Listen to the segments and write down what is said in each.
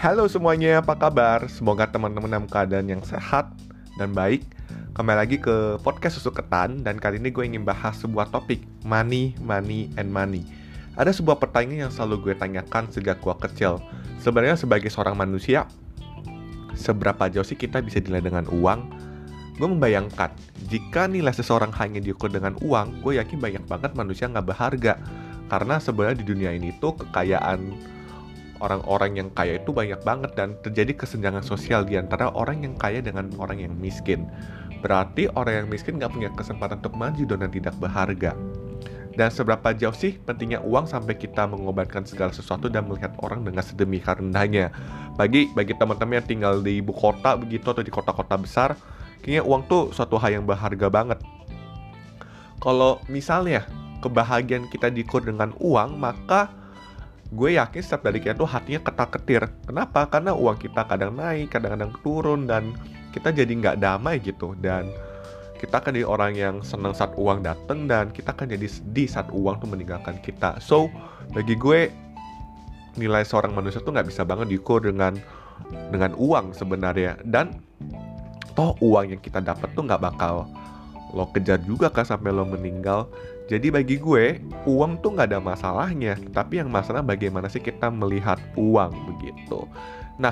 Halo semuanya, apa kabar? Semoga teman-teman dalam keadaan yang sehat dan baik. Kembali lagi ke podcast Susu Ketan. Dan kali ini gue ingin bahas sebuah topik, money, money, and money. Ada sebuah pertanyaan yang selalu gue tanyakan sejak gue kecil. Sebenarnya sebagai seorang manusia, seberapa jauh sih kita bisa dinilai dengan uang? Gue membayangkan, jika nilai seseorang hanya diukur dengan uang, gue yakin banyak banget manusia gak berharga. Karena sebenarnya di dunia ini tuh kekayaan orang-orang yang kaya itu banyak banget dan terjadi kesenjangan sosial di antara orang yang kaya dengan orang yang miskin. Berarti orang yang miskin gak punya kesempatan untuk maju dan tidak berharga. Dan seberapa jauh sih pentingnya uang sampai kita mengobatkan segala sesuatu dan melihat orang dengan sedemikian rendahnya? Bagi teman-teman yang tinggal di ibu kota begitu atau di kota-kota besar, kayaknya uang tuh suatu hal yang berharga banget. Kalau misalnya kebahagiaan kita diukur dengan uang, maka gue yakin setiap dari kita tuh hatinya ketar-ketir. Kenapa? Karena uang kita kadang naik, kadang-kadang turun, dan kita jadi nggak damai gitu. Dan kita akan jadi orang yang senang saat uang datang, dan kita akan jadi sedih saat uang tuh meninggalkan kita. So, bagi gue, nilai seorang manusia tuh nggak bisa banget diukur dengan uang sebenarnya. Dan toh uang yang kita dapat tuh nggak bakal lo kejar juga kan sampai lo meninggal. Jadi bagi gue, uang tuh gak ada masalahnya. Tapi yang masalah bagaimana sih kita melihat uang begitu. Nah,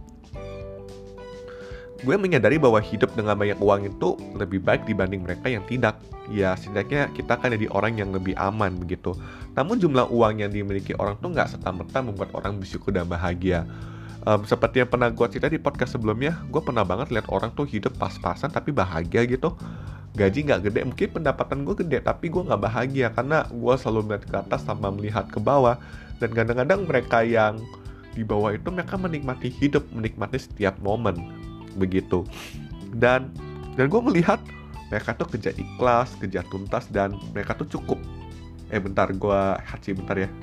gue menyadari bahwa hidup dengan banyak uang itu lebih baik dibanding mereka yang tidak. Ya, setidaknya kita akan jadi orang yang lebih aman begitu. Namun jumlah uang yang dimiliki orang tuh gak serta-merta membuat orang bersyukur dan bahagia. Seperti yang pernah gue cerita di podcast sebelumnya, gue pernah banget lihat orang tuh hidup pas-pasan tapi bahagia gitu. Gaji gak gede, mungkin pendapatan gue gede, tapi gue gak bahagia karena gue selalu melihat ke atas tanpa melihat ke bawah. Dan kadang-kadang mereka yang di bawah itu mereka menikmati hidup, menikmati setiap momen begitu. Dan gue melihat mereka tuh kerja ikhlas, kerja tuntas, dan mereka tuh cukup. Bentar, gue haci bentar ya.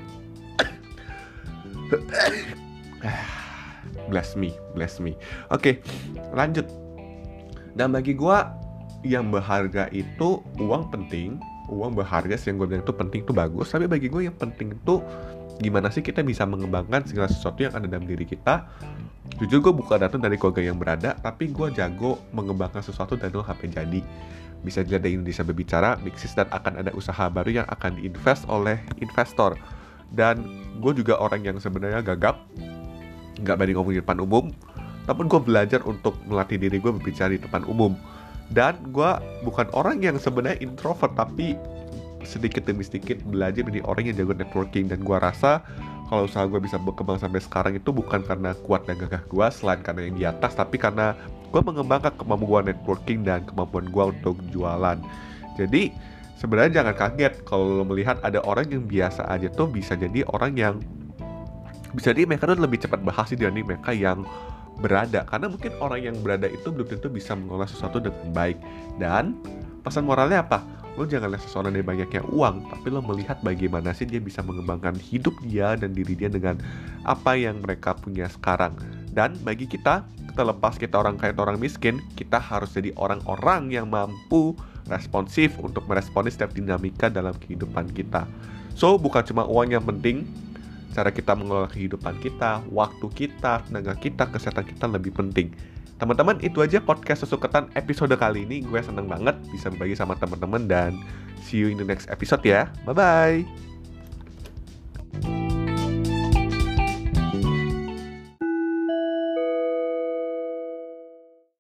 Bless me. Oke, lanjut. Dan bagi gue, yang berharga itu uang penting, uang berharga sih yang gue bilang itu penting, itu bagus. Tapi bagi gue yang penting itu gimana sih kita bisa mengembangkan segala sesuatu yang ada dalam diri kita. Jujur gue bukan datang dari keluarga yang berada, tapi gue jago mengembangkan sesuatu dari nol sampai jadi. Bisa jadi Indonesia Berbicara, Big Sis, dan akan ada usaha baru yang akan diinvest oleh investor. Dan gue juga orang yang sebenarnya gagap, gak berani ngomong di depan umum, tapi gue belajar untuk melatih diri gue berbicara di depan umum. Dan gue bukan orang yang sebenarnya introvert, tapi sedikit demi sedikit belajar menjadi orang yang jago networking. Dan gue rasa kalau usaha gue bisa berkembang sampai sekarang itu bukan karena kuat dan gagah gue, selain karena yang di atas, tapi karena gue mengembangkan kemampuan networking dan kemampuan gue untuk jualan. Jadi sebenarnya jangan kaget kalau lo melihat ada orang yang biasa aja tuh bisa jadi orang yang bisa jadi mereka tuh lebih cepat berhasil dibanding mereka yang berada. Karena mungkin orang yang berada itu belum tentu bisa mengolah sesuatu dengan baik. Dan pesan moralnya apa? Lo jangan lihat seseorang dari banyaknya uang, tapi lo melihat bagaimana sih dia bisa mengembangkan hidup dia dan diri dia dengan apa yang mereka punya sekarang. Dan bagi kita, terlepas kita orang kaya atau orang miskin, kita harus jadi orang-orang yang mampu responsif untuk meresponi setiap dinamika dalam kehidupan kita. So, bukan cuma uang yang penting, cara kita mengelola kehidupan kita, waktu kita, tenaga kita, kesehatan kita lebih penting. Teman-teman, itu aja podcast Susu Ketan episode kali ini. Gue seneng banget bisa berbagi sama teman-teman, dan see you in the next episode ya. Bye-bye.